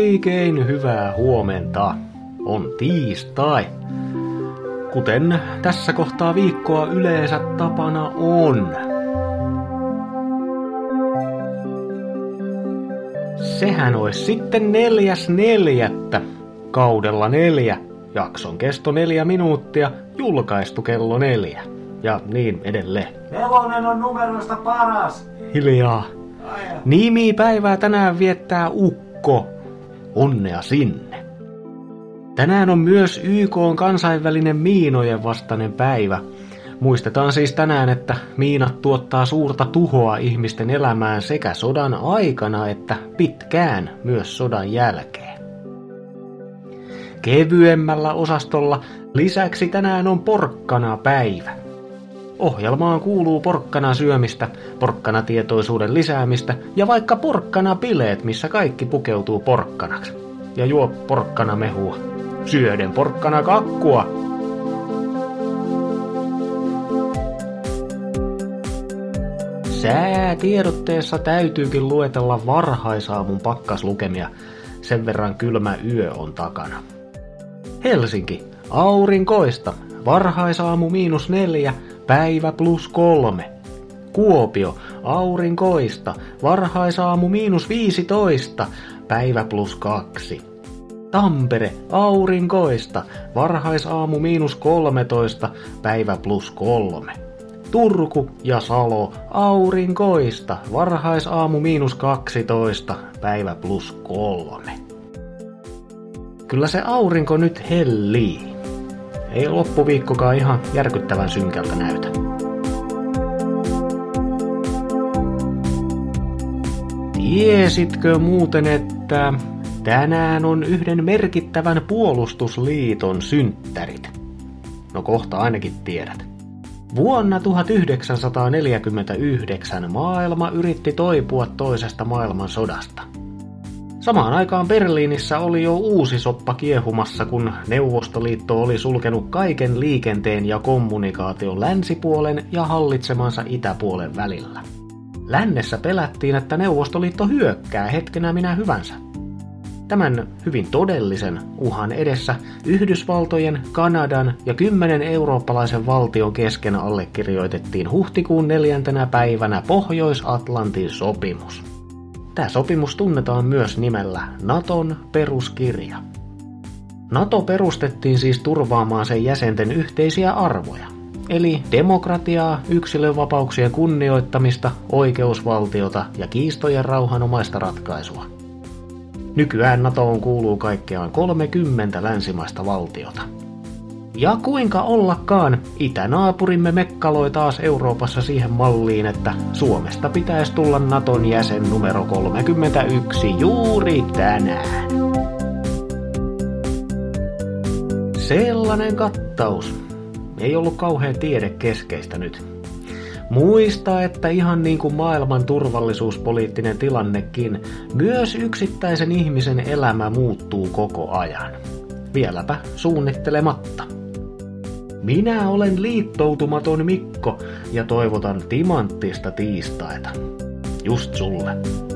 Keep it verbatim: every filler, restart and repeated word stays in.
Oikein hyvää huomenta. On tiistai. Kuten tässä kohtaa viikkoa yleensä tapana on. Sehän olisi sitten neljäs neljättä. Kaudella neljä. Jakson kesto neljä minuuttia. Julkaistu kello neljä. Ja niin edelleen. Nelonen on numeroista paras. Hiljaa. Nimipäivää tänään viettää Ukko. Onnea sinne. Tänään on myös Y K:n kansainvälinen miinojen vastainen päivä. Muistetaan siis tänään, että miinat tuottaa suurta tuhoa ihmisten elämään sekä sodan aikana että pitkään myös sodan jälkeen. Kevyemmällä osastolla lisäksi tänään on porkkanapäivä. Ohjelmaan kuuluu porkkana syömistä, porkkanatietoisuuden lisäämistä ja vaikka porkkanabileet, missä kaikki pukeutuu porkkanaksi. Ja juo porkkanamehua. Syöden porkkanakakkua. Säätiedotteessa täytyykin luetella varhaisaamun pakkaslukemia. Sen verran kylmä yö on takana. Helsinki, aurinkoista. Varhaisaamu miinus neljä, päivä plus kolme. Kuopio, aurinkoista. Varhaisaamu miinus viisitoista, päivä plus kaksi. Tampere, aurinkoista. Varhaisaamu miinus kolmetoista, päivä plus kolme. Turku ja Salo, aurinkoista. Varhaisaamu miinus kaksitoista, päivä plus kolme. Kyllä se aurinko nyt hellii. Ei loppuviikkokaan ihan järkyttävän synkältä näytä. Tiesitkö muuten, että tänään on yhden merkittävän puolustusliiton synttärit? No kohta ainakin tiedät. Vuonna tuhatyhdeksänsataaneljäkymmentäyhdeksän maailma yritti toipua toisesta maailmansodasta. Samaan aikaan Berliinissä oli jo uusi soppa kiehumassa, kun Neuvostoliitto oli sulkenut kaiken liikenteen ja kommunikaation länsipuolen ja hallitsemansa itäpuolen välillä. Lännessä pelättiin, että Neuvostoliitto hyökkää hetkenä minä hyvänsä. Tämän hyvin todellisen uhan edessä Yhdysvaltojen, Kanadan ja kymmenen eurooppalaisen valtion kesken allekirjoitettiin huhtikuun neljäntenä päivänä Pohjois-Atlantin sopimus. Tämä sopimus tunnetaan myös nimellä Naton peruskirja. NATO perustettiin siis turvaamaan sen jäsenten yhteisiä arvoja, eli demokratiaa, yksilönvapauksien kunnioittamista, oikeusvaltiota ja kiistojen rauhanomaista ratkaisua. Nykyään NATOon kuuluu kaikkiaan kolmekymmentä länsimaista valtiota. Ja kuinka ollakaan, itänaapurimme mekkaloi taas Euroopassa siihen malliin, että Suomesta pitäisi tulla Naton jäsen numero kolmekymmentäyksi juuri tänään. Sellainen kattaus. Ei ollut kauhean tiedekeskeistä nyt. Muista, että ihan niin kuin maailman turvallisuuspoliittinen tilannekin, myös yksittäisen ihmisen elämä muuttuu koko ajan. Vieläpä suunnittelematta. Minä olen liittoutumaton Mikko ja toivotan timanttista tiistaita. Just sulle.